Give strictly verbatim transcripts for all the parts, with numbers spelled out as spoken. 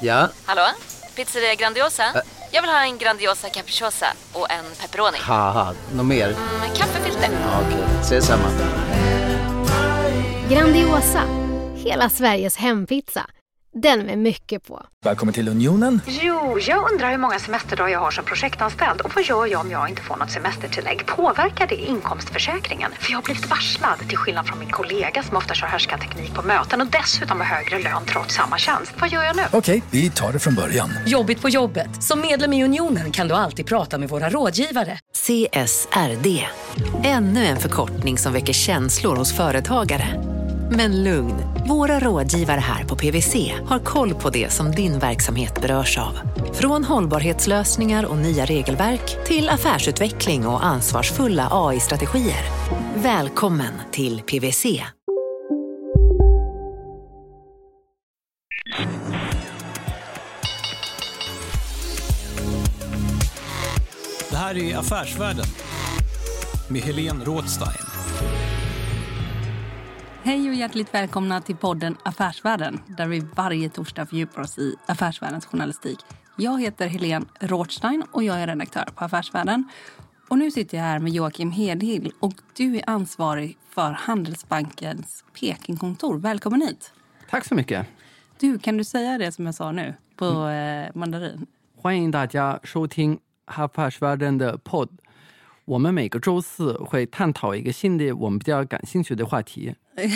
Ja? Hallå? Pizzeria Grandiosa? Ä- Jag vill ha en Grandiosa capriciosa och en pepperoni. Haha, något mer? Mm, kaffefilter. Ja, okej, okay. Ses samma. Grandiosa, hela Sveriges hempizza. Den med mycket på. Välkommen till Unionen. Jo, jag undrar hur många semesterdagar jag har som projektanställd. Och vad gör jag om jag inte får något semestertillägg? Påverkar det inkomstförsäkringen? För jag har blivit varslad, till skillnad från min kollega som ofta kör härskarteknik på möten. Och dessutom har högre lön trots samma tjänst. Vad gör jag nu? Okej, vi tar det från början. Jobbigt på jobbet. Som medlem i Unionen kan du alltid prata med våra rådgivare. C S R D. Ännu en förkortning som väcker känslor hos företagare. Men lugn, våra rådgivare här på P W C har koll på det som din verksamhet berörs av. Från hållbarhetslösningar och nya regelverk till affärsutveckling och ansvarsfulla A I-strategier. Välkommen till P W C. Det här är Affärsvärlden med Helene Rådstein. Hej och hjärtligt välkomna till podden Affärsvärlden, där vi varje torsdag fördjupar oss i affärsvärldens journalistik. Jag heter Helene Rådstein och jag är redaktör på Affärsvärlden. Och nu sitter jag här med Joakim Hedhill och du är ansvarig för Handelsbankens Pekingkontor. Välkommen hit. Tack så mycket. Du, kan du säga det som jag sa nu på mm. eh, mandarin? 欢迎大家收听 Affärsvärlden 的 podd。我们每个周四会探讨一个新的我们比较感兴趣的话题。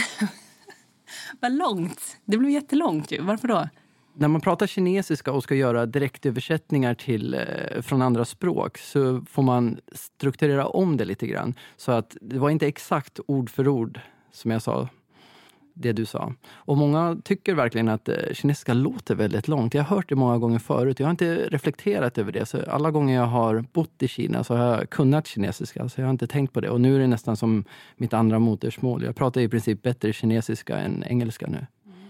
Vad långt. Det blev jättelångt ju. Varför då? När man pratar kinesiska och ska göra direktöversättningar till, från andra språk så får man strukturera om det lite grann. Så att det var inte exakt ord för ord som jag sa, det du sa. Och många tycker verkligen att kinesiska låter väldigt långt. Jag har hört det många gånger förut. Jag har inte reflekterat över det. Så alla gånger jag har bott i Kina så har jag kunnat kinesiska. Så jag har inte tänkt på det. Och nu är det nästan som mitt andra modersmål. Jag pratar i princip bättre kinesiska än engelska nu.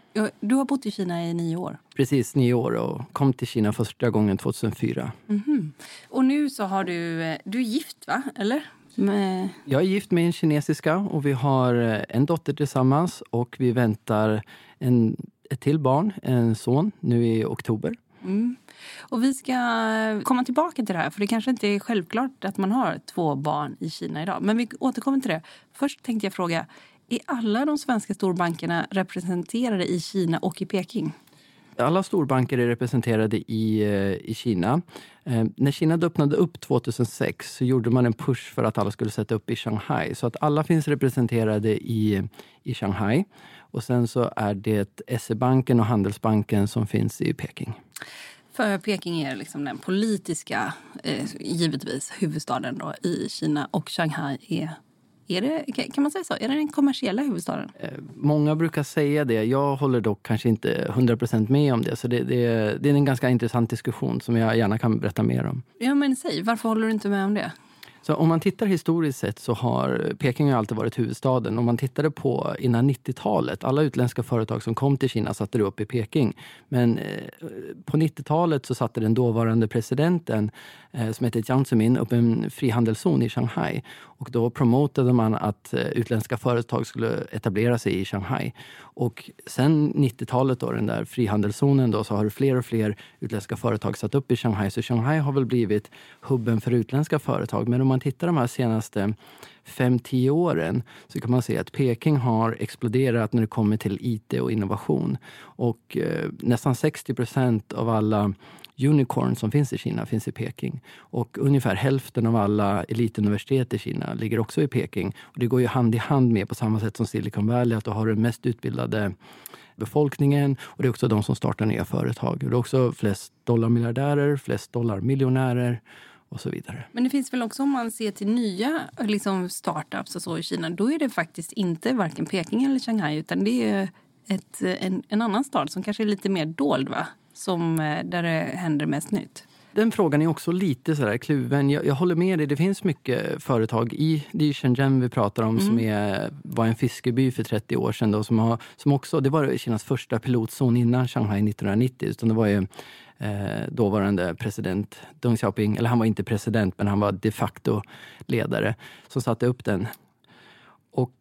Du har bott i Kina i nio år. Precis, nio år och kom till Kina första gången tjugohundrafyra. Mm-hmm. Och nu så har du, du är gift va? Eller? Med... Jag är gift med en kinesiska och vi har en dotter tillsammans och vi väntar en, ett till barn, en son, nu i oktober. Mm. Och vi ska komma tillbaka till det här, för det kanske inte är självklart att man har två barn i Kina idag. Men vi återkommer till det. Först tänkte jag fråga, är alla de svenska storbankerna representerade i Kina och i Peking? Alla storbanker är representerade i, i Kina. Eh, när Kina öppnade upp tjugohundrasex så gjorde man en push för att alla skulle sätta upp i Shanghai. Så att alla finns representerade i, i Shanghai. Och sen så är det S E-banken och Handelsbanken som finns i Peking. För Peking är liksom den politiska, eh, givetvis, huvudstaden då i Kina. Och Shanghai är... Är det, kan man säga så? Är det den kommersiella huvudstaden? Eh, många brukar säga det. Jag håller dock kanske inte hundra procent med om det. Så det, det, det är en ganska intressant diskussion som jag gärna kan berätta mer om. Ja, men säg. Varför håller du inte med om det? Så om man tittar historiskt sett så har Peking alltid varit huvudstaden. Om man tittade på innan nittiotalet, alla utländska företag som kom till Kina satte det upp i Peking. Men eh, på nittiotalet så satte den dåvarande presidenten eh, som heter Jiang Zemin upp en frihandelszon i Shanghai. Och då promotade man att eh, utländska företag skulle etablera sig i Shanghai. Och sen nittiotalet då, den där frihandelszonen då, så har fler och fler utländska företag satt upp i Shanghai. Så Shanghai har väl blivit hubben för utländska företag. Men om man tittar de här senaste fem till tio åren så kan man se att Peking har exploderat när det kommer till I T och innovation. Och eh, nästan sextio procent av alla unicorn som finns i Kina finns i Peking. Och ungefär hälften av alla elituniversitet i Kina ligger också i Peking. Och det går ju hand i hand med på samma sätt som Silicon Valley att du har den mest utbildade befolkningen och det är också de som startar nya företag. Det är också flest dollarmiljardärer, flest dollarmiljonärer och så vidare. Men det finns väl också, om man ser till nya liksom startups och så i Kina, då är det faktiskt inte varken Peking eller Shanghai utan det är ett, en, en annan stad som kanske är lite mer dold va? Som, där det händer mest nytt. Den frågan är också lite sådär kluven. Jag, jag håller med dig, det finns mycket företag i, det är Shenzhen vi pratar om mm. som är, var en fiskeby för trettio år sedan då, som, har, som också, det var Kinas första pilotzon innan Shanghai nittonhundranittio utan det var ju eh, dåvarande president Deng Xiaoping, eller han var inte president men han var de facto ledare som satte upp den. Och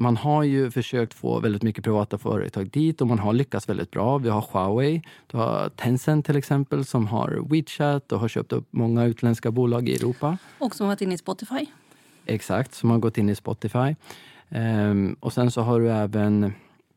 man har ju försökt få väldigt mycket privata företag dit och man har lyckats väldigt bra. Vi har Huawei, du har Tencent till exempel som har WeChat och har köpt upp många utländska bolag i Europa. Och som har varit inne i Spotify. Exakt, som har gått in i Spotify. Um, och sen så har du även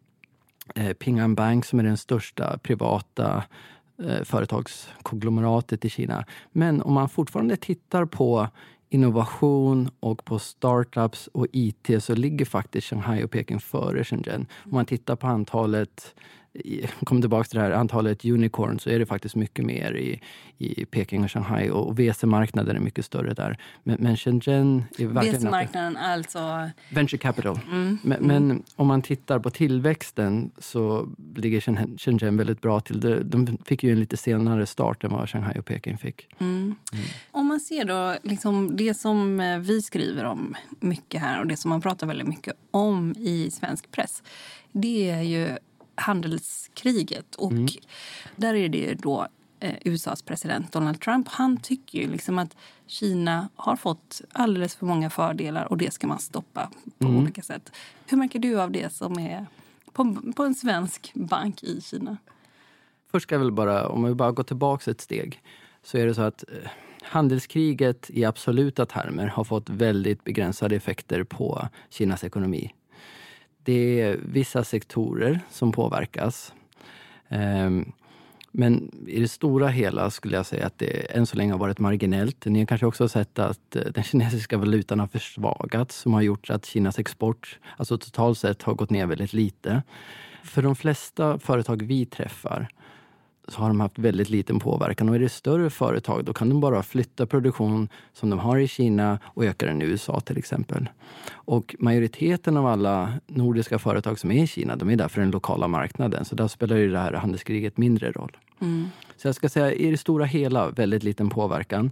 eh, Ping An Bank som är den största privata eh, företagskonglomeratet i Kina. Men om man fortfarande tittar på innovation och på startups och I T så ligger faktiskt Shanghai och Peking före Shenzhen. Om man tittar på antalet, kommer tillbaka till det här, antalet unicorn så är det faktiskt mycket mer i, i Peking och Shanghai och V C-marknaden är mycket större där. Men, men Shenzhen är verkligen... V C-marknaden alltså... Venture capital. Mm. Men, Mm. men om man tittar på tillväxten så ligger Shenzhen väldigt bra till. De, de fick ju en lite senare start än vad Shanghai och Peking fick. Mm. Mm. Om man ser då liksom det som vi skriver om mycket här och det som man pratar väldigt mycket om i svensk press, det är ju handelskriget. Och mm. där är det då eh, U S As president Donald Trump. Han tycker ju liksom att Kina har fått alldeles för många fördelar och det ska man stoppa på mm. olika sätt. Hur märker du av det som är på, på en svensk bank i Kina? Först ska jag väl bara, om vi bara går tillbaka ett steg, så är det så att eh, handelskriget i absoluta termer har fått väldigt begränsade effekter på Kinas ekonomi. Det är vissa sektorer som påverkas. Um, men i det stora hela skulle jag säga att det än så länge har varit marginellt. Ni har kanske också sett att den kinesiska valutan har försvagats som har gjort att Kinas export, alltså totalt sett, har gått ner väldigt lite. För de flesta företag vi träffar så har de haft väldigt liten påverkan. Och är det större företag då kan de bara flytta produktion som de har i Kina och öka den i U S A till exempel. Och majoriteten av alla nordiska företag som är i Kina, de är där för den lokala marknaden. Så där spelar ju det här handelskriget mindre roll. Mm. Så jag ska säga, i det stora hela väldigt liten påverkan.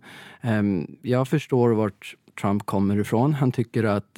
Jag förstår vart Trump kommer ifrån. Han tycker att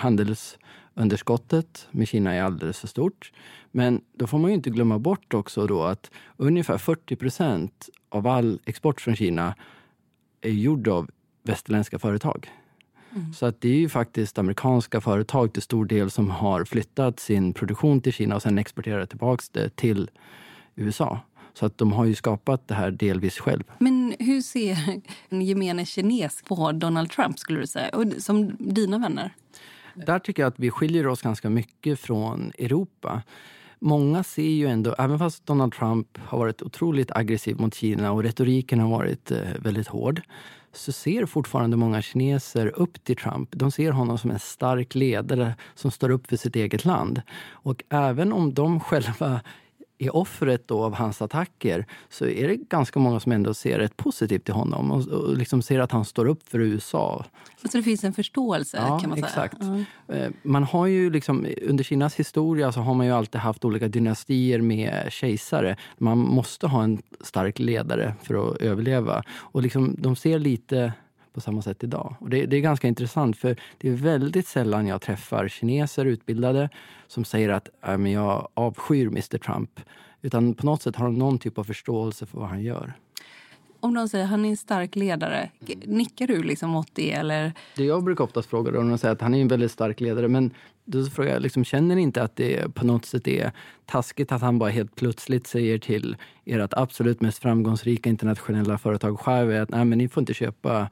handelsunderskottet med Kina är alldeles för stort. Men då får man ju inte glömma bort också då att ungefär fyrtio procent av all export från Kina är gjord av västerländska företag. Mm. Så att det är ju faktiskt amerikanska företag till stor del som har flyttat sin produktion till Kina och sen exporterat tillbaka det till U S A. Så att de har ju skapat det här delvis själv. Men hur ser en gemene kines på Donald Trump skulle du säga? Och som dina vänner? Där tycker jag att vi skiljer oss ganska mycket från Europa. Många ser ju ändå, även fast Donald Trump har varit otroligt aggressiv mot Kina och retoriken har varit eh, väldigt hård, så ser fortfarande många kineser upp till Trump. De ser honom som en stark ledare som står upp för sitt eget land. Och även om de själva är offret då av hans attacker så är det ganska många som ändå ser rätt positivt till honom och, och liksom ser att han står upp för U S A. Så det finns en förståelse ja, kan man säga. Exakt. Mm. Man har ju liksom, under Kinas historia så har man ju alltid haft olika dynastier med kejsare. Man måste ha en stark ledare för att överleva. Och liksom, de ser lite på samma sätt idag. Och det, det är ganska intressant för det är väldigt sällan jag träffar kineser utbildade som säger att äh, men jag avskyr mister Trump. Utan på något sätt har de någon typ av förståelse för vad han gör. Om de säger att han är en stark ledare, nickar du liksom åt det? Eller? Det jag brukar oftast fråga då, om de säger att han är en väldigt stark ledare. Men då frågar jag, liksom, känner ni inte att det på något sätt är taskigt att han bara helt plötsligt säger till ert absolut mest framgångsrika internationella företag Huawei att nej, men ni får inte köpa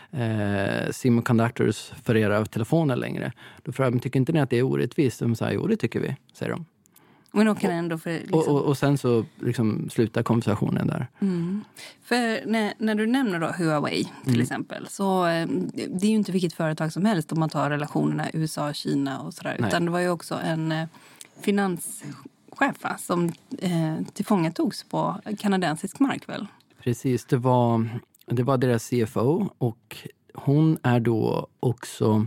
eh, semiconductors för era telefoner längre. Då frågar jag, tycker inte ni att det är orättvist? De säger, jo det tycker vi, säger de. Men då kan ändå för, liksom... och, och, och sen så liksom slutar konversationen där. Mm. För när, när du nämner då Huawei till mm. exempel, så det är ju inte vilket företag som helst om man tar relationerna U S A, Kina och sådär. Nej. Utan det var ju också en eh, finanschef som eh, tillfångatogs på kanadensisk mark väl? Precis, det var, det var deras C F O och hon är då också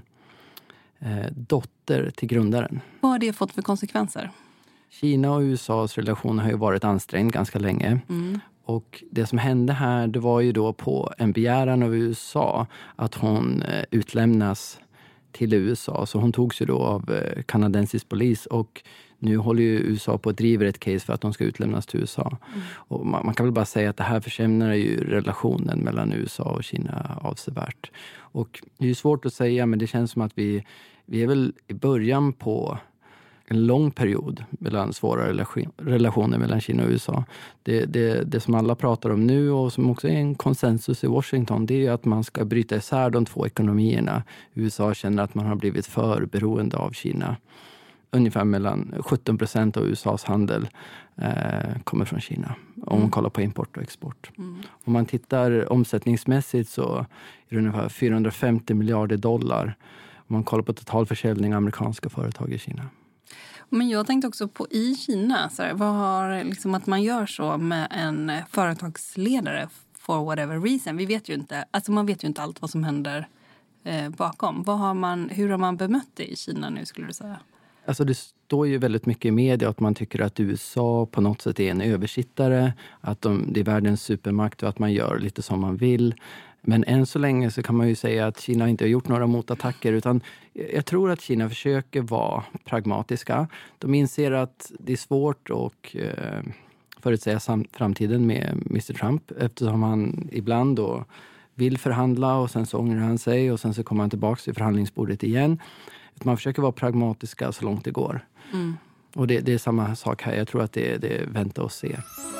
eh, dotter till grundaren. Vad har det fått för konsekvenser? Kina och U S As relation har ju varit ansträngd ganska länge. Mm. Och det som hände här, det var ju då på en begäran av U S A att hon eh, utlämnas till U S A. Så hon togs ju då av eh, kanadensisk polis och Nu håller ju U S A på att driva ett case för att de ska utlämnas till U S A. Mm. Och man, man kan väl bara säga att det här försämrar ju relationen mellan U S A och Kina avsevärt. Och det är ju svårt att säga, men det känns som att vi, vi är väl i början på en lång period mellan svåra relation, relationer mellan Kina och U S A. Det, det, det som alla pratar om nu och som också är en konsensus i Washington, det är att man ska bryta isär de två ekonomierna. U S A känner att man har blivit för beroende av Kina. Ungefär mellan sjutton procent av U S A:s handel eh, kommer från Kina. Om man kollar på import och export. Mm. Om man tittar omsättningsmässigt så är det ungefär fyrahundrafemtio miljarder dollar. Om man kollar på totalförsäljning av amerikanska företag i Kina. Men jag tänkte också på i Kina, så här, vad har liksom att man gör så med en företagsledare for whatever reason. Vi vet ju inte, alltså man vet ju inte allt vad som händer eh, bakom. Vad har man, hur har man bemött det i Kina nu, skulle du säga? Alltså det står ju väldigt mycket i media att man tycker att U S A på något sätt är en översittare, att de, det är världens supermakt och att man gör lite som man vill. Men än så länge så kan man ju säga att Kina inte har gjort några motattacker, utan jag tror att Kina försöker vara pragmatiska. De inser att det är svårt att eh, förutsäga sam- framtiden med mister Trump, eftersom han ibland då vill förhandla och sen så ångrar han sig och sen så kommer han tillbaka till förhandlingsbordet igen. Man försöker vara pragmatiska så långt det går. Mm. Och det, det är samma sak här. Jag tror att det, det är vänta och se.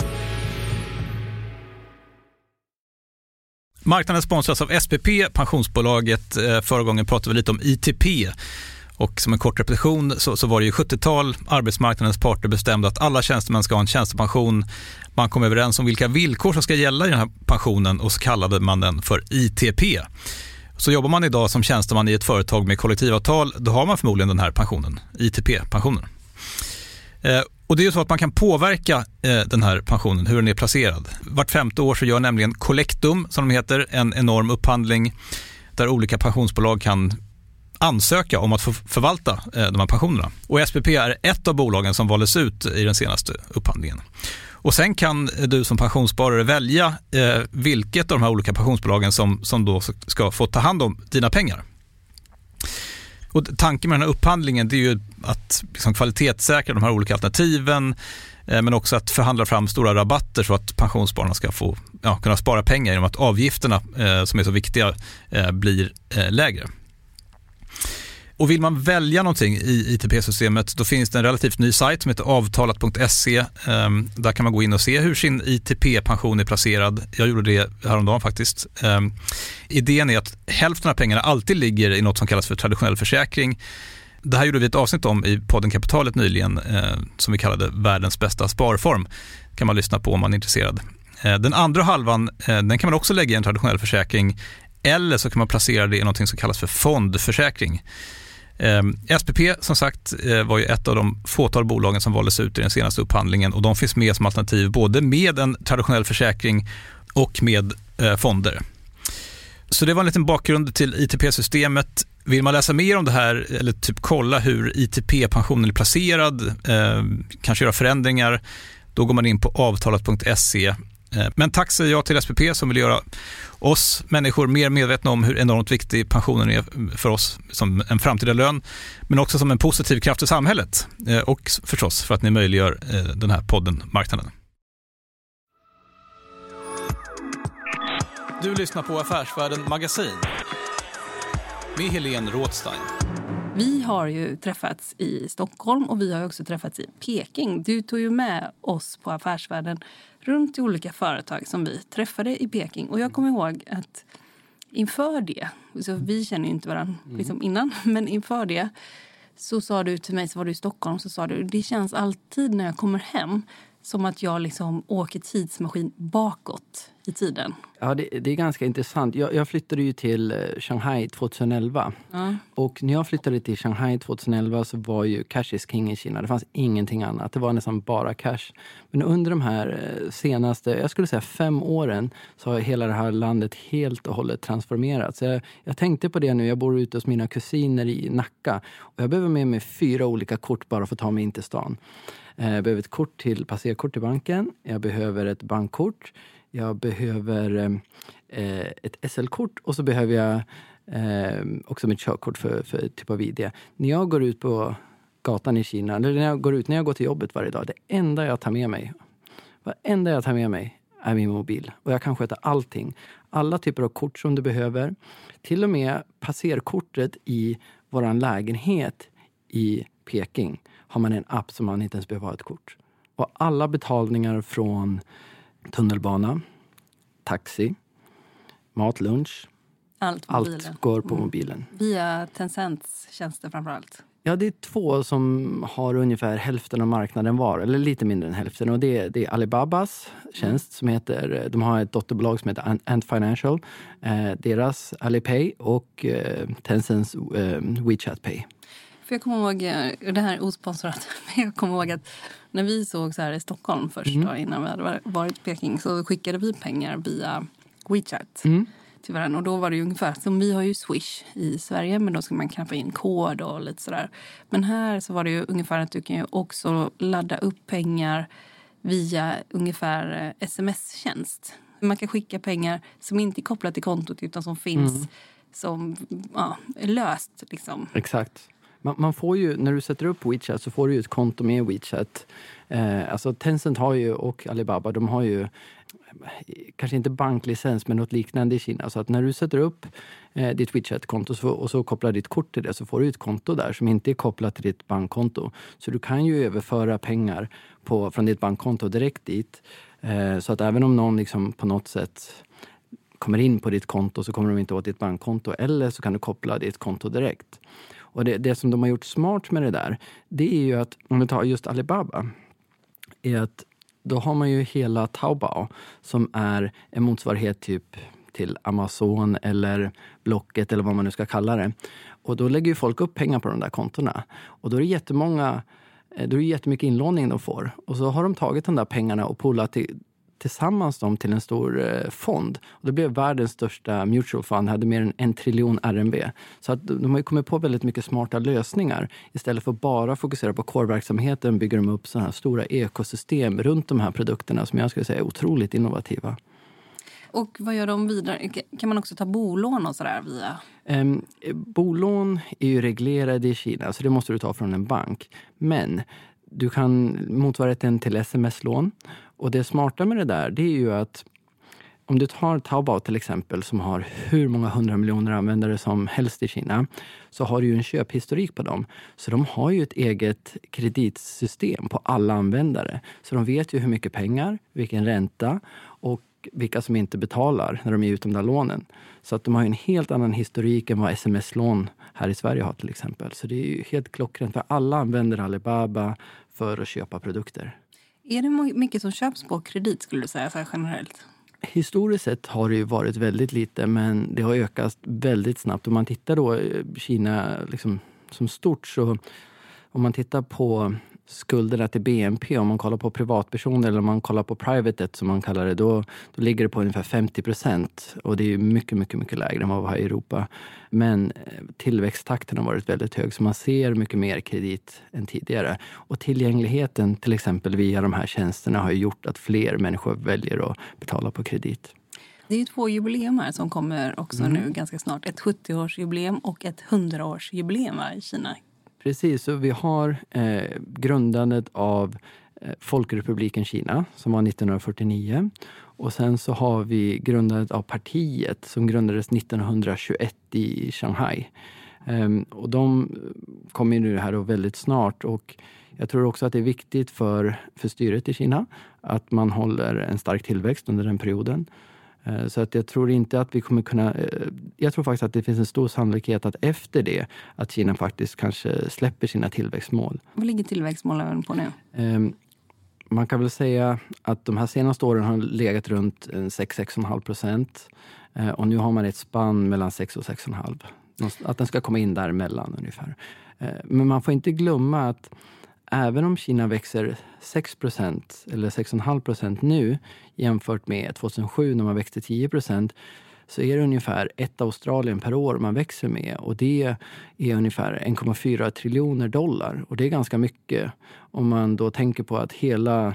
Marknaden sponsras av S P P, pensionsbolaget. Förra gången pratade vi lite om I T P. Och som en kort repetition så, så var det ju sjuttiotal. Arbetsmarknadens parter bestämde att alla tjänstemän ska ha en tjänstepension. Man kom överens om vilka villkor som ska gälla i den här pensionen och så kallade man den för I T P. Så jobbar man idag som tjänsteman i ett företag med kollektivavtal, då har man förmodligen den här pensionen, I T P-pensionen. Eh, och det är ju så att man kan påverka eh, den här pensionen, hur den är placerad. Vart femte år så gör nämligen Collectum, som de heter, en enorm upphandling där olika pensionsbolag kan ansöka om att få förvalta eh, de här pensionerna. Och S P P är ett av bolagen som valdes ut i den senaste upphandlingen. Och sen kan du som pensionssparare välja eh, vilket av de här olika pensionsbolagen som, som då ska få ta hand om dina pengar. Och tanken med den här upphandlingen, det är ju att liksom kvalitetssäkra de här olika alternativen, eh, men också att förhandla fram stora rabatter så att pensionsspararna ska få ja, kunna spara pengar genom att avgifterna eh, som är så viktiga eh, blir eh, lägre. Och vill man välja någonting i I T P-systemet, då finns det en relativt ny sajt som heter avtalat punkt se. Um, där kan man gå in och se hur sin I T P-pension är placerad. Jag gjorde det häromdagen faktiskt. Um, idén är att hälften av pengarna alltid ligger i något som kallas för traditionell försäkring. Det här gjorde vi ett avsnitt om i podden Kapitalet nyligen eh, som vi kallade världens bästa sparform. Kan man lyssna på om man är intresserad. Eh, den andra halvan, eh, den kan man också lägga i en traditionell försäkring, eller så kan man placera det i något som kallas för fondförsäkring. Eh, S P P som sagt eh, var ju ett av de fåtal bolagen som valdes ut i den senaste upphandlingen, och de finns med som alternativ både med en traditionell försäkring och med eh, fonder. Så det var en liten bakgrund till I T P-systemet. Vill man läsa mer om det här eller typ kolla hur I T P-pensionen är placerad, eh, kanske göra förändringar, då går man in på avtalat punkt se. Eh, men tack säger jag till S P P som vill göra oss människor mer medvetna om hur enormt viktig pensionen är för oss som en framtida lön, men också som en positiv kraft i samhället. Eh, och förstås för att ni möjliggör eh, den här podden Marknaden. Du lyssnar på Affärsvärlden Magasin med Helene Rådstein. Vi har ju träffats i Stockholm och vi har också träffats i Peking. Du tog ju med oss på Affärsvärlden runt i olika företag som vi träffade i Peking. Och jag kommer ihåg att inför det, så vi känner ju inte varandra liksom innan, men inför det så sa du till mig, så var du i Stockholm, så sa du, det känns alltid när jag kommer hem som att jag liksom åker tidsmaskin bakåt i tiden. Ja, det, det är ganska intressant. Jag, jag flyttade ju till Shanghai tjugoelva. Mm. Och när jag flyttade till Shanghai tjugoelva så var ju cash is king i Kina. Det fanns ingenting annat. Det var nästan bara cash. Men under de här senaste, jag skulle säga fem åren, så har hela det här landet helt och hållet transformerats. Jag, jag tänkte på det nu. Jag bor ute hos mina kusiner i Nacka. Och jag behöver med mig fyra olika kort bara för att ta mig in till stan. Jag behöver ett kort till, passerkort till banken. Jag behöver ett bankkort. Jag behöver eh, ett S L-kort. Och så behöver jag eh, också mitt körkort för, för typ av I D. När jag går ut på gatan i Kina, eller när jag går ut, när jag går till jobbet varje dag, det enda jag tar med mig, vad enda jag tar med mig är min mobil. Och jag kan sköta allting. Alla typer av kort som du behöver. Till och med passerkortet i våran lägenhet i Peking har man en app som man inte ens behöver ha ett kort. Och alla betalningar från tunnelbana, taxi, mat, lunch, allt, allt går på mobilen. Mm. Via Tencents tjänster framförallt. Ja, det är två som har ungefär hälften av marknaden var, eller lite mindre än hälften. Och det är, det är Alibabas tjänst som heter, de har ett dotterbolag som heter Ant Financial, eh, deras Alipay och eh, Tencents eh, WeChat Pay. För jag kommer ihåg, det här är osponsrat, men jag kommer ihåg att när vi såg så här i Stockholm först mm. då, innan vi hade varit i Peking, så skickade vi pengar via WeChat. Mm. Till varandra. Och då var det ju ungefär som vi har ju Swish i Sverige, men då ska man knappa in kod och lite sådär. Men här så var det ju ungefär att du kan ju också ladda upp pengar via ungefär sms-tjänst. Man kan skicka pengar som inte är kopplat till kontot utan som finns mm. som ja, är löst liksom. Exakt. Man, man får ju, när du sätter upp WeChat så får du ju ett konto med WeChat. Eh, alltså Tencent har ju, och Alibaba, de har ju kanske inte banklicens men något liknande i Kina. Så att när du sätter upp eh, ditt WeChat-konto så, och så kopplar ditt kort till det, så får du ett konto där som inte är kopplat till ditt bankkonto. Så du kan ju överföra pengar på, från ditt bankkonto direkt dit. Eh, så att även om någon liksom på något sätt kommer in på ditt konto så kommer de inte åt ditt bankkonto. Eller så kan du koppla ditt konto direkt. Och det, det som de har gjort smart med det där, det är ju att, om vi tar just Alibaba, är att då har man ju hela Taobao som är en motsvarighet typ till Amazon eller Blocket eller vad man nu ska kalla det. Och då lägger ju folk upp pengar på de där kontona. Och då är det jättemånga, då är det jättemycket inlåning de får. Och så har de tagit de där pengarna och pullat till, tillsammans dem till en stor eh, fond. Och det blev världens största mutual fund, hade mer än en triljon R M B. Så att de har ju kommit på väldigt mycket smarta lösningar. Istället för att bara fokusera på core-verksamheten bygger de upp sådana här stora ekosystem runt de här produkterna som jag skulle säga är otroligt innovativa. Och vad gör de vidare? Kan man också ta bolån och sådär via? Um, bolån är ju reglerade i Kina, så det måste du ta från en bank. Men du kan motsvarigheten till sms-lån. Och det smarta med det där, det är ju att om du tar Taobao till exempel som har hur många hundra miljoner användare som helst i Kina, så har du ju en köphistorik på dem. Så de har ju ett eget kreditsystem på alla användare. Så de vet ju hur mycket pengar, vilken ränta och vilka som inte betalar när de är ute de där lånen. Så att de har ju en helt annan historik än vad sms-lån här i Sverige har till exempel. Så det är ju helt klockrent för alla använder Alibaba för att köpa produkter. Är det mycket som köps på kredit skulle du säga så här generellt? Historiskt sett har det ju varit väldigt lite, men det har ökat väldigt snabbt. Om man tittar då Kina liksom som stort, så om man tittar på skulderna till B N P, om man kollar på privatpersoner eller om man kollar på private debt som man kallar det, då, då ligger det på ungefär femtio procent. Och det är mycket, mycket, mycket lägre än vad vi har i Europa. Men tillväxttakten har varit väldigt hög, så man ser mycket mer kredit än tidigare. Och tillgängligheten till exempel via de här tjänsterna har gjort att fler människor väljer att betala på kredit. Det är ju två jubileum här som kommer också mm. nu ganska snart. Ett sjuttioårsjubileum och ett hundraårsjubileum i Kina. Precis, så vi har eh, grundandet av eh, Folkrepubliken Kina som var nittonhundrafyrtionio. Och sen så har vi grundandet av partiet som grundades nittonhundratjugoett i Shanghai. Um, och de kommer ju nu här då väldigt snart, och jag tror också att det är viktigt för, för styret i Kina att man håller en stark tillväxt under den perioden. Uh, så att jag tror inte att vi kommer kunna, uh, jag tror faktiskt att det finns en stor sannolikhet att efter det att Kina faktiskt kanske släpper sina tillväxtmål. Vad ligger tillväxtmålen på nu? Um, man kan väl säga att de här senaste åren har legat runt sex till sex komma fem procent uh, och nu har man ett spann mellan sex och sex komma fem. Att den ska komma in däremellan ungefär. Men man får inte glömma att även om Kina växer sex procent eller sex komma fem procent nu jämfört med tjugohundrasju när man växte tio procent, så är det ungefär ett Australien per år man växer med. Och det är ungefär en komma fyra triljoner dollar. Och det är ganska mycket om man då tänker på att hela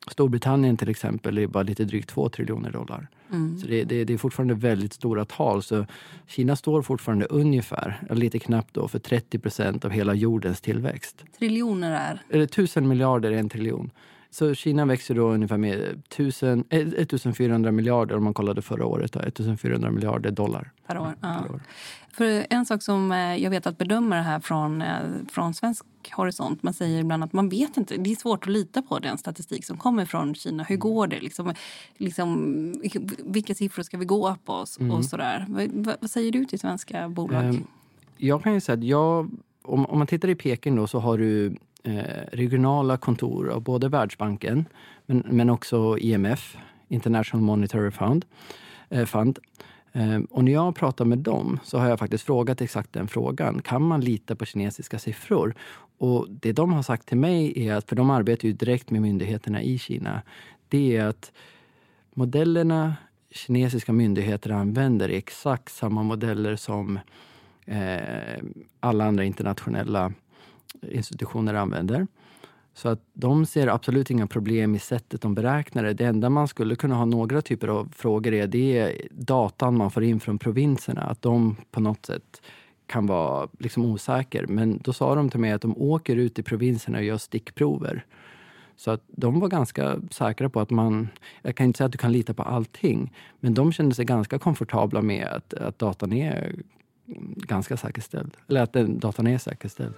Storbritannien till exempel är bara lite drygt två triljoner dollar. Mm. Så det, det, det är fortfarande väldigt stora tal. Så Kina står fortfarande ungefär, lite knappt då, för trettio procent av hela jordens tillväxt. Triljoner är? Eller tusen miljarder är en triljon. Så Kina växer då ungefär med tusen, ettusendfyrahundra miljarder om man kollade förra året. ettusendfyrahundra miljarder dollar. Per år, ja. Per år. För en sak som jag vet att bedömare här från, från svensk horisont, man säger ibland att man vet inte, det är svårt att lita på den statistik som kommer från Kina. Hur går det? Liksom, liksom, vilka siffror ska vi gå på och, mm. och sådär? Vad, vad säger du till svenska bolag? Um, jag kan ju säga att jag, om, om man tittar i Peking då, så har du eh, regionala kontor av både Världsbanken men, men också I M F, International Monetary Fund. Eh, Fund. Och när jag pratar med dem så har jag faktiskt frågat exakt den frågan. Kan man lita på kinesiska siffror? Och det de har sagt till mig är att, för de arbetar ju direkt med myndigheterna i Kina, det är att modellerna kinesiska myndigheter använder är exakt samma modeller som eh, alla andra internationella institutioner använder. Så att de ser absolut inga problem i sättet de beräknar det. Det enda man skulle kunna ha några typer av frågor är, det är datan man får in från provinserna. Att de på något sätt kan vara liksom osäker. Men då sa de till mig att de åker ut i provinserna och gör stickprover. Så att de var ganska säkra på att man, jag kan inte säga att du kan lita på allting. Men de kände sig ganska komfortabla med att, att datan är ganska säkerställd. Eller att den, datan är säkerställd.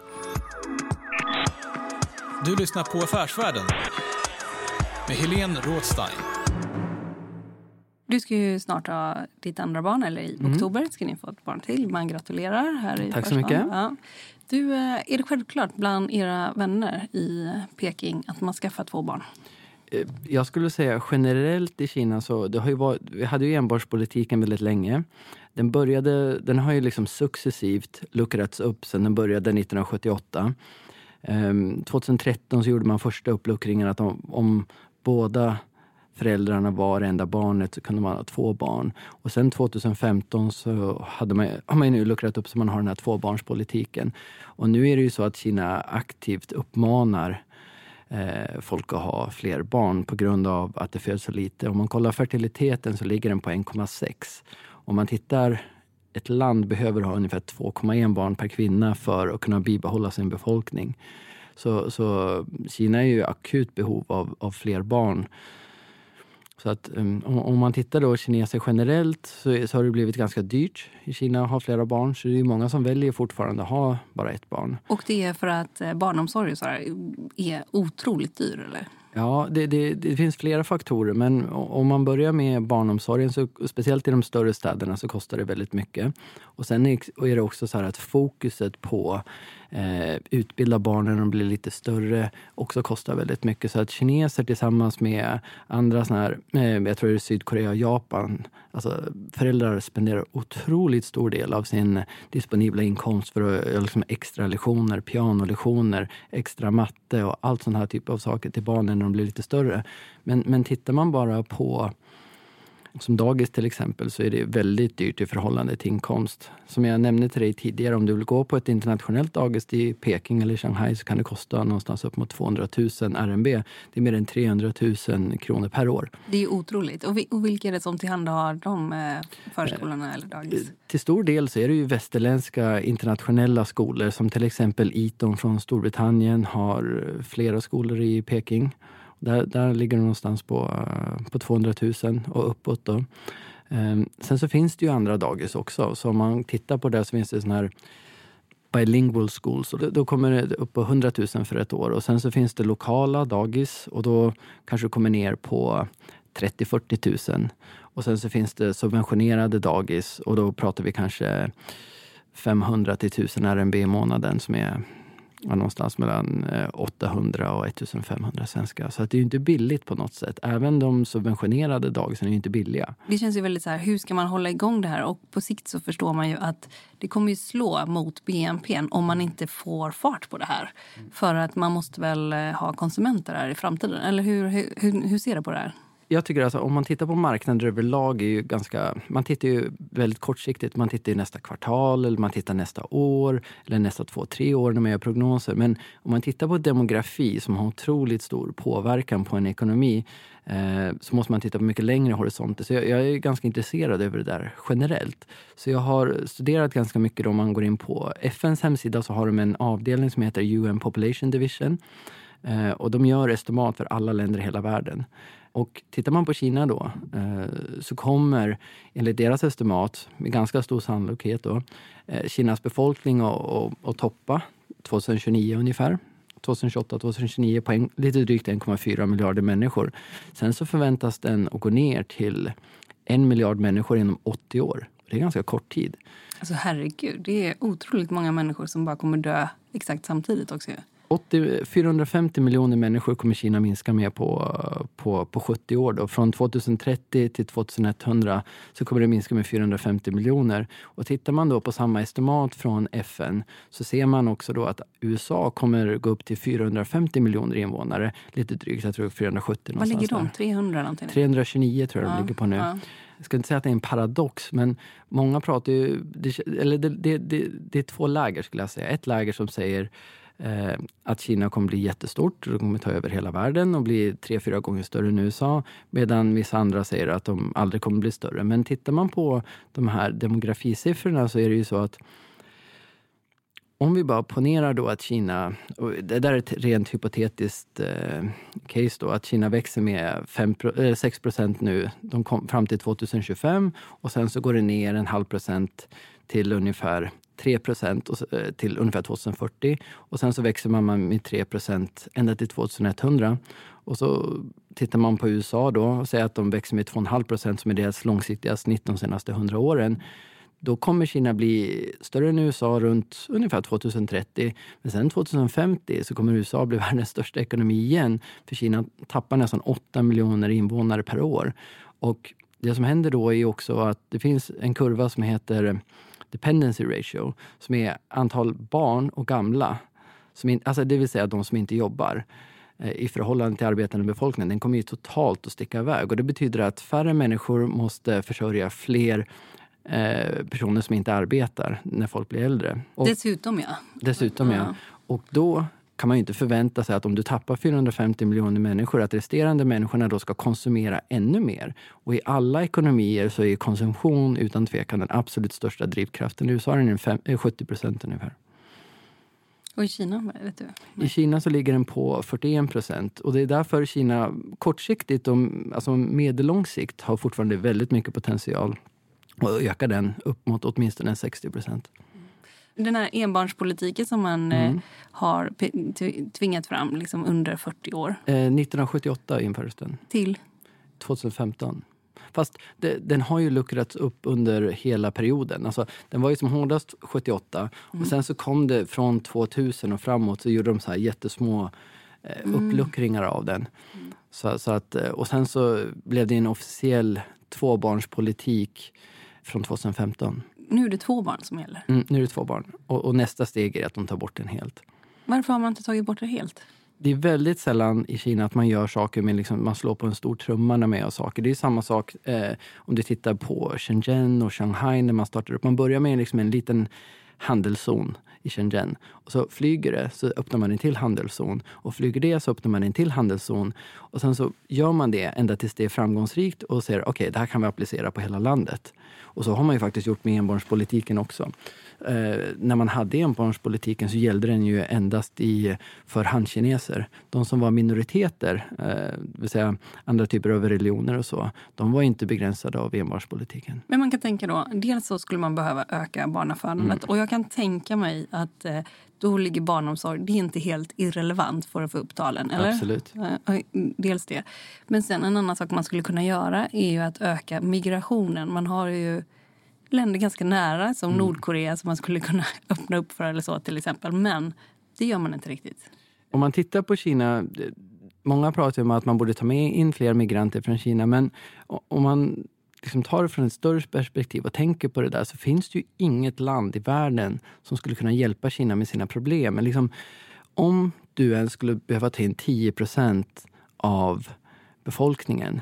Du lyssnar på Affärsvärlden med Helene Rådstein. Du ska ju snart ha ditt andra barn, eller i mm. oktober ska ni få ett barn till. Man gratulerar här i Tack så mycket. Ja. Du, är det självklart bland era vänner i Peking att man skaffar två barn? Jag skulle säga generellt i Kina så, det har ju varit, vi hade ju enbarnspolitiken väldigt länge. Den började, den har ju liksom successivt luckrats upp sedan den började nittonhundrasjuttioåtta. Um, tjugohundratretton så gjorde man första uppluckringen att om, om båda föräldrarna var enda barnet så kunde man ha två barn. Och sen tjugohundrafemton så hade man, har man ju nu luckrat upp så man har den här tvåbarnspolitiken. Och nu är det ju så att Kina aktivt uppmanar eh, folk att ha fler barn på grund av att det föds så lite. Om man kollar fertiliteten så ligger den på en komma sex. Om man tittar, ett land behöver ha ungefär två komma ett barn per kvinna för att kunna bibehålla sin befolkning. Så, så Kina är ju akut behov av, av fler barn. Så att um, om man tittar då kineser generellt så, så har det blivit ganska dyrt i Kina att ha flera barn. Så det är många som väljer fortfarande att ha bara ett barn. Och det är för att barnomsorg så här är otroligt dyr, eller? Ja, det, det, det finns flera faktorer, men om man börjar med barnomsorgen, så, speciellt i de större städerna, så kostar det väldigt mycket. Och sen är, är det också så här att fokuset på eh, utbilda barnen när de blir lite större också kostar väldigt mycket. Så att kineser tillsammans med andra såna här, eh, jag tror det är Sydkorea och Japan, alltså föräldrar spenderar otroligt stor del av sin disponibla inkomst för att göra liksom extra lektioner, pianolektioner, extra matte och allt sån här typ av saker till barnen när de blir lite större. Men, men tittar man bara på som dagis till exempel, så är det väldigt dyrt i förhållande till inkomst. Som jag nämnde till dig tidigare, om du vill gå på ett internationellt dagis i Peking eller Shanghai så kan det kosta någonstans upp mot tvåhundratusen R M B. Det är mer än trehundratusen kronor per år. Det är ju otroligt. Och, vi, och vilka är det som tillhandahar de eh, förskolorna eh, eller dagis? Till stor del så är det ju västerländska internationella skolor, som till exempel Eton från Storbritannien har flera skolor i Peking. Där, där ligger det någonstans på, på tvåhundratusen och uppåt då. Um, sen så finns det ju andra dagis också. Så om man tittar på det så finns det sån här bilingual schools. Och då, då kommer det upp på hundratusen för ett år. Och sen så finns det lokala dagis. Och då kanske det kommer ner på trettio till fyrtio tusen. Och sen så finns det subventionerade dagis. Och då pratar vi kanske femhundra till tusen R M B i månaden, som är ja, någonstans mellan åttahundra och ettusenfemhundra svenska. Så att det är ju inte billigt på något sätt. Även de subventionerade dagisen är ju inte billiga. Det känns ju väldigt så här, hur ska man hålla igång det här? Och på sikt så förstår man ju att det kommer ju slå mot B N P om man inte får fart på det här. Mm. För att man måste väl ha konsumenter här i framtiden. Eller hur, hur, hur ser du på det här? jag tycker alltså om man tittar på marknader överlag är ju ganska, man tittar ju väldigt kortsiktigt, man tittar ju nästa kvartal eller man tittar nästa år eller nästa två, tre år när man gör prognoser. Men om man tittar på demografi som har otroligt stor påverkan på en ekonomi eh, så måste man titta på mycket längre horisonter. Så jag, jag är ganska intresserad över det där generellt. Så jag har studerat ganska mycket då. Om man går in på F N:s hemsida så har de en avdelning som heter U N Population Division. Eh, och de gör estimat för alla länder i hela världen. Och tittar man på Kina då eh, så kommer enligt deras estimat med ganska stor sannolikhet då eh, Kinas befolkning att toppa tjugohundratjugonio ungefär. tjugohundratjugoåtta tjugohundratjugonio på en, lite drygt en komma fyra miljarder människor. Sen så förväntas den att gå ner till en miljard människor inom åttio år. Det är ganska kort tid. Alltså herregud, det är otroligt många människor som bara kommer dö exakt samtidigt också. åttio, fyrahundrafemtio miljoner människor kommer Kina minska med på, på, på sjuttio år. Då. Från tjugotrettio till tjugohundra så kommer det minska med fyrahundrafemtio miljoner. Och tittar man då på samma estimat från F N så ser man också då att U S A kommer gå upp till fyrahundrafemtio miljoner invånare. Lite drygt, jag tror fyrahundrasjuttio. Vad ligger de? trehundra någonting? trehundratjugonio tror jag ja, de ligger på nu. Ja. Jag ska inte säga att det är en paradox, men många pratar ju, det, eller det, det, det, det är två läger skulle jag säga. Ett läger som säger eh, att Kina kommer bli jättestort och de kommer ta över hela världen och bli tre, fyra gånger större än U S A, medan vissa andra säger att de aldrig kommer bli större. Men tittar man på de här demografisiffrorna så är det ju så att om vi bara ponerar då att Kina, och det där är ett rent hypotetiskt eh, case då, att Kina växer med fem, äh, sex procent nu de kom fram till tjugohundratjugofem och sen så går det ner en halv procent till ungefär tre procent och, eh, till ungefär tjugohundrafyrtio och sen så växer man med tre procent ända till tjugohundra och så tittar man på U S A då och säger att de växer med två komma fem procent som är deras långsiktiga snitt de senaste hundra åren. Då kommer Kina bli större än U S A runt ungefär tjugotrettio. Men sen tjugofemtio så kommer U S A bli världens största ekonomi igen. För Kina tappar nästan åtta miljoner invånare per år. Och det som händer då är också att det finns en kurva som heter dependency ratio. Som är antal barn och gamla. Som in, alltså det vill säga de som inte jobbar i förhållande till arbetande befolkningen. Den kommer ju totalt att sticka iväg. Och det betyder att färre människor måste försörja fler Eh, personer som inte arbetar när folk blir äldre. Och dessutom ja. Dessutom ja. ja. Och då kan man ju inte förvänta sig att om du tappar fyrahundrafemtio miljoner människor att resterande människorna då ska konsumera ännu mer. Och i alla ekonomier så är konsumtion utan tvekan den absolut största drivkraften. I U S A är den fem, sjuttio procent ungefär. Och i Kina, vet du? Nej. I Kina så ligger den på fyrtioen procent. Och det är därför Kina kortsiktigt och alltså medellång sikt har fortfarande väldigt mycket potential och öka den upp mot åtminstone sextio procent. Den här enbarnspolitiken som man mm. eh, har tvingat fram liksom under fyrtio år. Eh, nittonhundrasjuttioåtta infördes den. Till? tjugofemton. Fast det, den har ju luckrats upp under hela perioden. Alltså, den var ju som hårdast sjuttioåtta. Mm. Och sen så kom det från tvåtusen och framåt så gjorde de så här jättesmå eh, uppluckringar av den. Mm. Så, så att, och sen så blev det en officiell tvåbarnspolitik från tjugofemton. Nu är det två barn som gäller? Mm, nu är det två barn. Och, och nästa steg är att de tar bort den helt. Varför har man inte tagit bort det helt? Det är väldigt sällan i Kina att man gör saker med liksom, man slår på en stor trumma när man gör saker. Det är samma sak eh, om du tittar på Shenzhen och Shanghai när man startar upp. Man börjar med liksom en liten handelszon i Shenzhen. Och så flyger det så öppnar man en till handelszon. Och flyger det så öppnar man en till handelszon. Och sen så gör man det ända tills det är framgångsrikt och säger okej, okay, det här kan vi applicera på hela landet. Och så har man ju faktiskt gjort med enbarnspolitiken också. Eh, när man hade enbarnspolitiken så gällde den ju endast i, för hankineser. De som var minoriteter, eh, det vill säga andra typer av religioner och så, de var inte begränsade av enbarnspolitiken. Men man kan tänka då, dels så skulle man behöva öka barnafödandet. Mm. Och jag kan tänka mig att eh, då ligger barnomsorg, det är inte helt irrelevant för att få upp talen, eller? Absolut. Eh, dels det. Men sen en annan sak man skulle kunna göra är ju att öka migrationen. Man har ju länder ganska nära som mm. Nordkorea som man skulle kunna öppna upp för eller så till exempel. Men det gör man inte riktigt. Om man tittar på Kina, många pratar om att man borde ta med in fler migranter från Kina. Men om man liksom tar det från ett större perspektiv och tänker på det där så finns det ju inget land i världen som skulle kunna hjälpa Kina med sina problem. Men liksom, om du ens skulle behöva ta in tio procent av befolkningen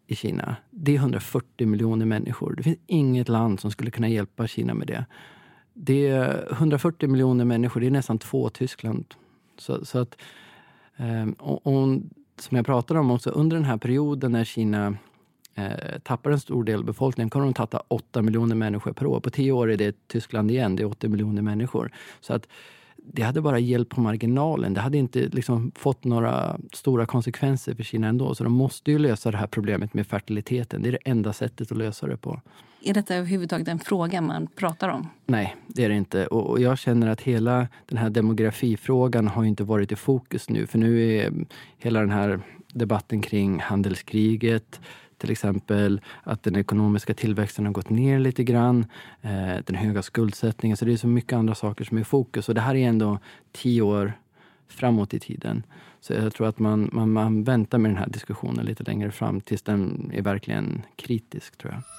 i Kina, det är hundrafyrtio miljoner människor. Det finns inget land som skulle kunna hjälpa Kina med det. Det är hundrafyrtio miljoner människor, det är nästan två Tyskland. Så, så att, och, och som jag pratade om också, under den här perioden när Kina eh, tappar en stor del av befolkningen kommer de tappa åtta miljoner människor per år. På tio år är det Tyskland igen, det är åttio miljoner människor. Så att det hade bara hjälpt på marginalen. Det hade inte liksom fått några stora konsekvenser för Kina ändå. Så de måste ju lösa det här problemet med fertiliteten. Det är det enda sättet att lösa det på. Är detta överhuvudtaget en fråga man pratar om? Nej, det är det inte. Och, och jag känner att hela den här demografifrågan har inte varit i fokus nu. För nu är hela den här debatten kring handelskriget, till exempel att den ekonomiska tillväxten har gått ner lite grann, eh, den höga skuldsättningen. Så det är så mycket andra saker som är i fokus. Och det här är ändå tio år framåt i tiden. Så jag tror att man, man, man väntar med den här diskussionen lite längre fram tills den är verkligen kritisk, tror jag.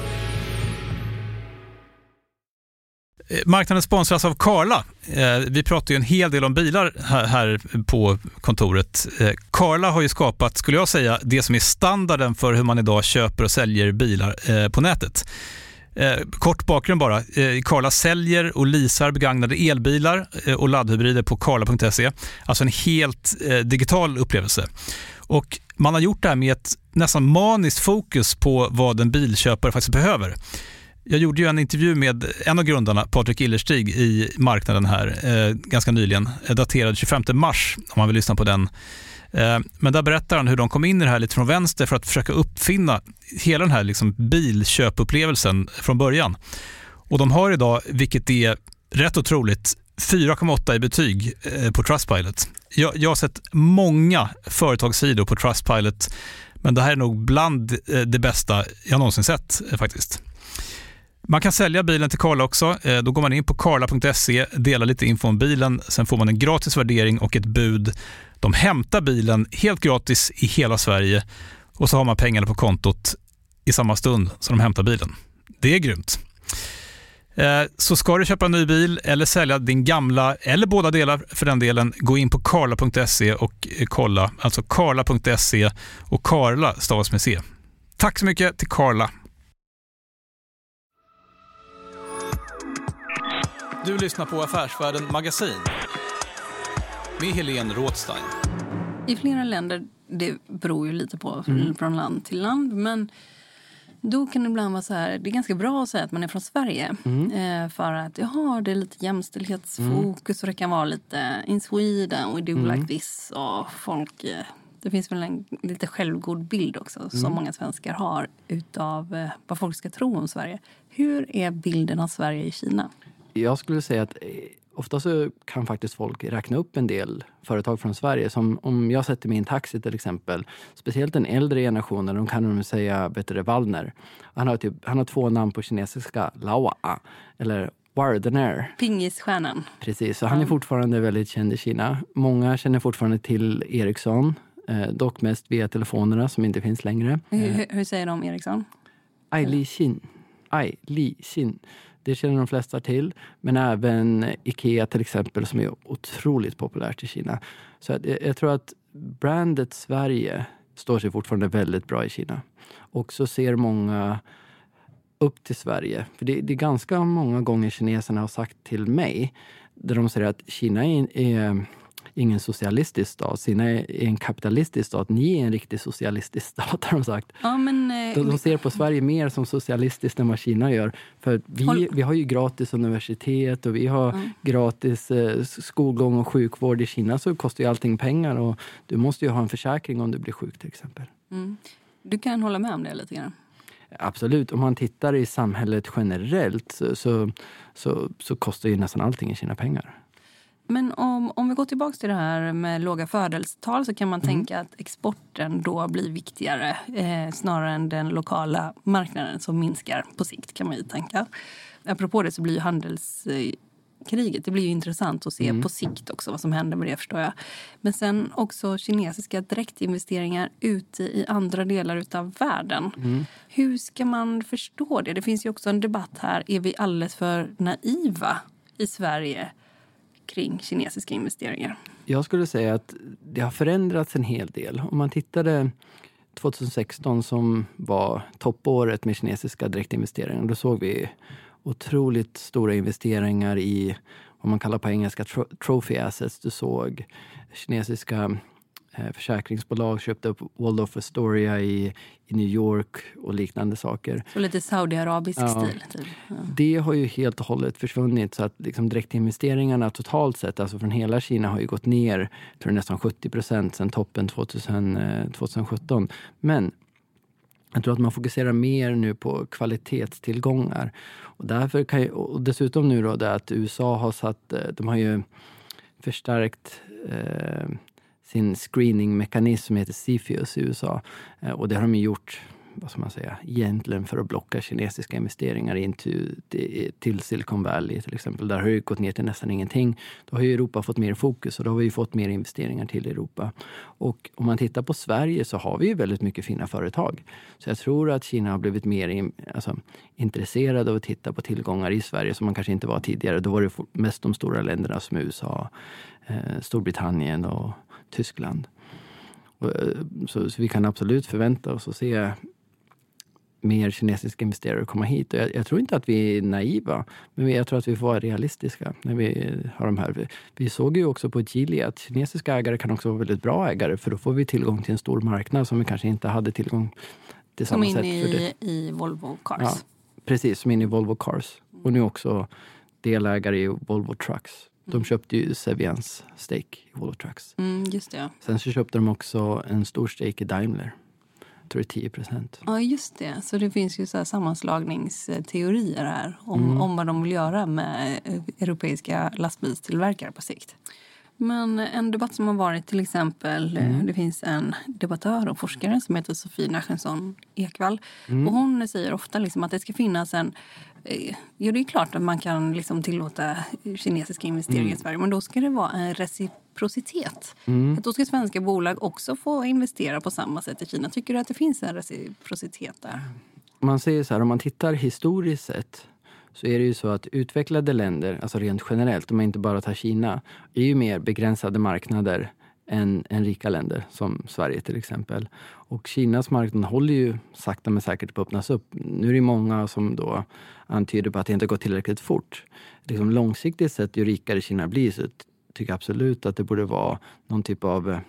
Marknaden sponsras av Carla. Vi pratar ju en hel del om bilar här på kontoret. Carla har ju skapat, skulle jag säga, det som är standarden för hur man idag köper och säljer bilar på nätet. Kort bakgrund bara. Carla säljer och leasar begagnade elbilar och laddhybrider på carla punkt se. Alltså en helt digital upplevelse. Och man har gjort det här med ett nästan maniskt fokus på vad en bilköpare faktiskt behöver. Jag gjorde ju en intervju med en av grundarna, Patrik Illerstig, i marknaden här eh, ganska nyligen, daterad tjugofemte mars, om man vill lyssna på den. Eh, men där berättar han hur de kom in i det här lite från vänster för att försöka uppfinna hela den här liksom bilköpupplevelsen från början. Och de har idag, vilket är rätt otroligt, fyra komma åtta i betyg eh, på Trustpilot. Jag, jag har sett många företagssidor på Trustpilot, men det här är nog bland eh, det bästa jag någonsin sett eh, faktiskt. Man kan sälja bilen till Carla också. Då går man in på carla punkt se, delar lite info om bilen. Sen får man en gratis värdering och ett bud. De hämtar bilen helt gratis i hela Sverige. Och så har man pengarna på kontot i samma stund som de hämtar bilen. Det är grymt. Så ska du köpa en ny bil eller sälja din gamla, eller båda delar för den delen, gå in på carla punkt se och kolla. Alltså carla punkt se och Carla stavas med C. Tack så mycket till Carla. Du lyssnar på Affärsvärlden Magasin med Helene Rådstein. I flera länder, det beror ju lite på Mm. från land till land, men då kan det ibland vara så här, det är ganska bra att säga att man är från Sverige. Mm. Eh, för att jag har det lite jämställdhetsfokus mm. och det kan vara lite in Sweden, we do mm. like this. Och folk, eh, det finns väl en lite självgod bild också mm. som många svenskar har utav eh, vad folk ska tro om Sverige. Hur är bilden av Sverige i Kina? Jag skulle säga att ofta så kan faktiskt folk räkna upp en del företag från Sverige. Som om jag sätter mig i en taxi till exempel. Speciellt den äldre generationen, de kan de säga bättre Waldner. Han har, typ, han har två namn på kinesiska, Laoa eller Wardner. Pingisstjärnan. Precis, så han är fortfarande väldigt känd i Kina. Många känner fortfarande till Ericsson. Eh, dock mest via telefonerna som inte finns längre. Hur, hur, hur säger de om Ericsson? Ai Li Xin. Ai Li Xin. Det känner de flesta till. Men även Ikea till exempel som är otroligt populärt i Kina. Så att jag tror att brandet Sverige står sig fortfarande väldigt bra i Kina. Och så ser många upp till Sverige. För det, det är ganska många gånger kineserna har sagt till mig. Där de säger att Kina är, är ingen socialistisk stat. Kina är en kapitalistisk stat. Ni är en riktig socialistisk stat, har de sagt. Ja, men, eh, de, de ser på Sverige mer som socialistiskt än vad Kina gör. För vi, vi har ju gratis universitet och vi har mm. gratis eh, skolgång och sjukvård. I Kina så kostar ju allting pengar och du måste ju ha en försäkring om du blir sjuk till exempel. Mm. Du kan hålla med om det lite grann. Absolut. Om man tittar i samhället generellt så, så, så, så kostar ju nästan allting i Kina pengar. Men om, om vi går tillbaka till det här med låga födelsetal så kan man mm. tänka att exporten då blir viktigare eh, snarare än den lokala marknaden som minskar på sikt, kan man ju tänka. Apropå det så blir ju handelskriget, det blir ju intressant att se mm. på sikt också vad som händer med det, förstår jag. Men sen också kinesiska direktinvesteringar ute i andra delar utav världen. Mm. Hur ska man förstå det? Det finns ju också en debatt här, är vi alldeles för naiva i Sverige kring kinesiska investeringar? Jag skulle säga att det har förändrats en hel del. Om man tittade tjugohundrasexton som var toppåret med kinesiska direktinvesteringar. Då såg vi otroligt stora investeringar i vad man kallar på engelska tro- trophy assets. Du såg kinesiska eh, försäkringsbolag köpte upp Waldorf Astoria i, i New York och liknande saker. Så lite saudiarabisk ja, stil. Typ. Ja. Det har ju helt och hållet försvunnit så att liksom direktinvesteringarna totalt sett, alltså från hela Kina, har ju gått ner tror jag, nästan sjuttio procent sedan toppen tjugohundra, tjugosjutton. Men jag tror att man fokuserar mer nu på kvalitetstillgångar. Och därför kan ju, och dessutom nu då det att U S A har satt, de har ju förstärkt eh, sin screeningmekanism som heter CFIUS i U S A. Eh, och det har de ju gjort, vad ska man säga, egentligen för att blocka kinesiska investeringar in till, till Silicon Valley till exempel. Där har det gått ner till nästan ingenting. Då har ju Europa fått mer fokus och då har vi fått mer investeringar till Europa. Och om man tittar på Sverige så har vi ju väldigt mycket fina företag. Så jag tror att Kina har blivit mer in, alltså, intresserad av att titta på tillgångar i Sverige som man kanske inte var tidigare. Då var det mest de stora länderna som U S A, eh, Storbritannien och Tyskland. Och, så, så vi kan absolut förvänta oss att se mer kinesiska investerare komma hit. Och jag, jag tror inte att vi är naiva, men jag tror att vi får vara realistiska när vi har de här. Vi, vi såg ju också på Geely att kinesiska ägare kan också vara väldigt bra ägare, för då får vi tillgång till en stor marknad som vi kanske inte hade tillgång till samma sätt. Som in i, för det. i Volvo Cars. Ja, precis, som in i Volvo Cars. Och nu också delägare i Volvo Trucks. De köpte ju Cevians stake i Volvo Trucks. Mm, just det. Sen så köpte de också en stor stake i Daimler. Jag tror det är tio procent. Ja, just det. Så det finns ju så här sammanslagningsteorier här om, Mm. om vad de vill göra med europeiska lastbilstillverkare på sikt. Men en debatt som har varit till exempel, mm. det finns en debattör och forskare som heter Sofie Nachemson Ekvall. Mm. Och hon säger ofta liksom att det ska finnas en, ja det är klart att man kan liksom tillåta kinesiska investeringar mm. i Sverige, men då ska det vara en reciprocitet. Mm. Att då ska svenska bolag också få investera på samma sätt i Kina. Tycker du att det finns en reciprocitet där? Man säger så här, om man tittar historiskt sett så är det ju så att utvecklade länder, alltså rent generellt, om man inte bara tar Kina, är ju mer begränsade marknader än, än rika länder som Sverige till exempel. Och Kinas marknad håller ju sakta men säkert på att öppnas upp. Nu är det många som då antyder på att det inte går tillräckligt fort. Liksom långsiktigt sett, ju rikare Kina blir, så tycker jag absolut att det borde vara någon typ av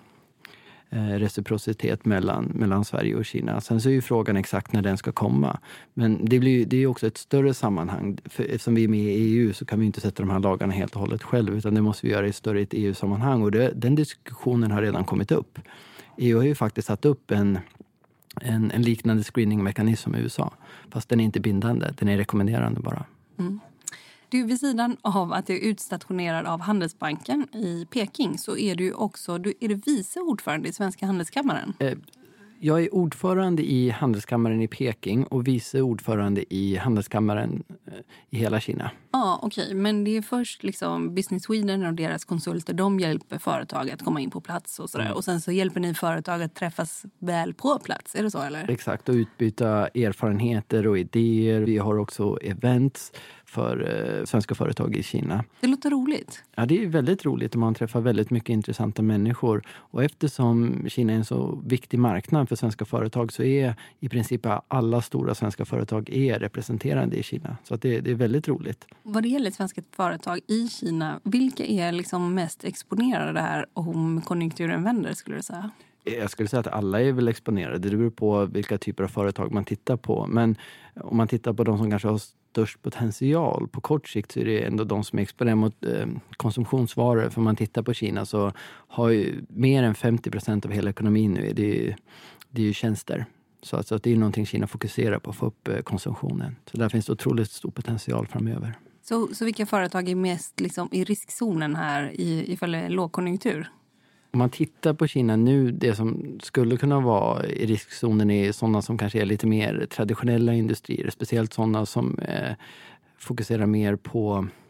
reciprocitet mellan, mellan Sverige och Kina. Sen så är ju frågan exakt när den ska komma. Men det blir det är också ett större sammanhang. För eftersom vi är med i E U så kan vi inte sätta de här lagarna helt och hållet själv, utan det måste vi göra i större ett E U-sammanhang. Och det, den diskussionen har redan kommit upp. E U har ju faktiskt satt upp en, en, en liknande screeningmekanism som i U S A. Fast den är inte bindande, den är rekommenderande bara. Mm. Du, vid sidan av att du är utstationerad av Handelsbanken i Peking så är du också du, är du vice ordförande i Svenska Handelskammaren. Eh, jag är ordförande i Handelskammaren i Peking och vice ordförande i Handelskammaren eh, i hela Kina. Ja, okej. Okay. Men det är först liksom Business Sweden och deras konsulter, de hjälper företag att komma in på plats och sådär. Mm. Och sen så hjälper ni företag att träffas väl på plats, är det så eller? Exakt, och utbyta erfarenheter och idéer. Vi har också events för eh, svenska företag i Kina. Det låter roligt. Ja, det är väldigt roligt och man träffar väldigt mycket intressanta människor. Och eftersom Kina är en så viktig marknad för svenska företag så är i princip alla stora svenska företag är representerade i Kina. Så att det, det är väldigt roligt. Vad det gäller svenska företag i Kina, vilka är liksom mest exponerade här om konjunkturen vänder, skulle du säga? Jag skulle säga att alla är väl exponerade. Det beror på vilka typer av företag man tittar på. Men om man tittar på de som kanske har störst potential på kort sikt så är det ändå de som är exponerade mot eh, konsumtionsvaror. För om man tittar på Kina så har ju mer än femtio procent av hela ekonomin nu. Det är, det är ju tjänster. Så alltså att det är någonting Kina fokuserar på, att få upp eh, konsumtionen. Så där finns det otroligt stor potential framöver. Så, så vilka företag är mest liksom i riskzonen här i, ifall det är lågkonjunktur? Om man tittar på Kina nu, det som skulle kunna vara i riskzonen är sådana som kanske är lite mer traditionella industrier. Speciellt sådana som eh, fokuserar mer på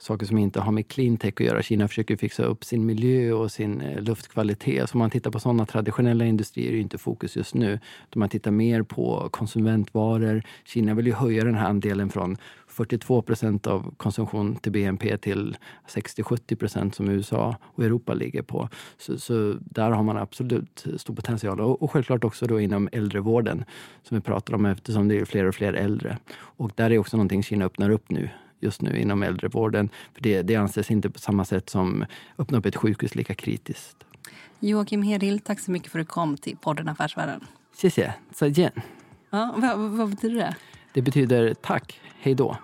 saker som inte har med cleantech att göra. Kina försöker fixa upp sin miljö och sin luftkvalitet. Så om man tittar på sådana traditionella industrier är det inte fokus just nu. Om man tittar mer på konsumentvaror. Kina vill ju höja den här andelen från fyrtiotvå procent av konsumtion till B N P till sextio till sjuttio procent som U S A och Europa ligger på. Så, så där har man absolut stor potential. Och, och självklart också då inom äldrevården som vi pratar om eftersom det är fler och fler äldre. Och där är också någonting Kina öppnar upp nu. Just nu inom äldrevården. För det, det anses inte på samma sätt som öppna upp ett sjukhus lika kritiskt. Joakim Hedil, tack så mycket för att du kom till podden Affärsvärlden. 谢谢, så igen. Ja, vad, vad betyder det? Det betyder tack, hej då.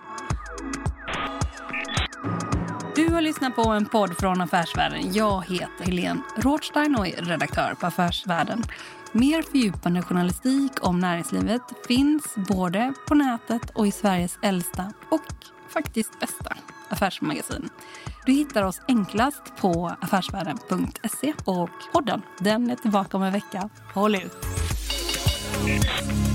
Du har lyssnat på en podd från Affärsvärlden. Jag heter Helene Rothstein och är redaktör på Affärsvärlden. Mer fördjupande journalistik om näringslivet finns både på nätet och i Sveriges äldsta och faktiskt bästa affärsmagasin. Du hittar oss enklast på affärsvärlden punkt se och podden, den är tillbaka om en vecka. Håll ut!